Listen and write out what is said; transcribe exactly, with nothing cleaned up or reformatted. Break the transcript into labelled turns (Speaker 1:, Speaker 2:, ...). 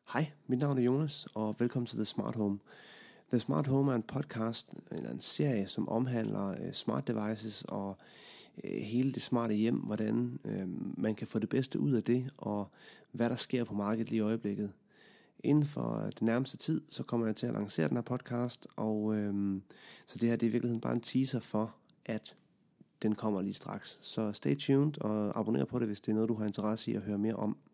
Speaker 1: Hej, mit navn er Jonas, og velkommen til The Smart Home. The Smart Home er en podcast, eller en serie, som omhandler smart devices og hele det smarte hjem, hvordan man kan få det bedste ud af det, og hvad der sker på markedet lige i øjeblikket. Inden for den nærmeste tid, så kommer jeg til at lancere den her podcast, og øhm, så det her det er i virkeligheden bare en teaser for, at den kommer lige straks. Så stay tuned og abonner på det, hvis det er noget, du har interesse i at høre mere om.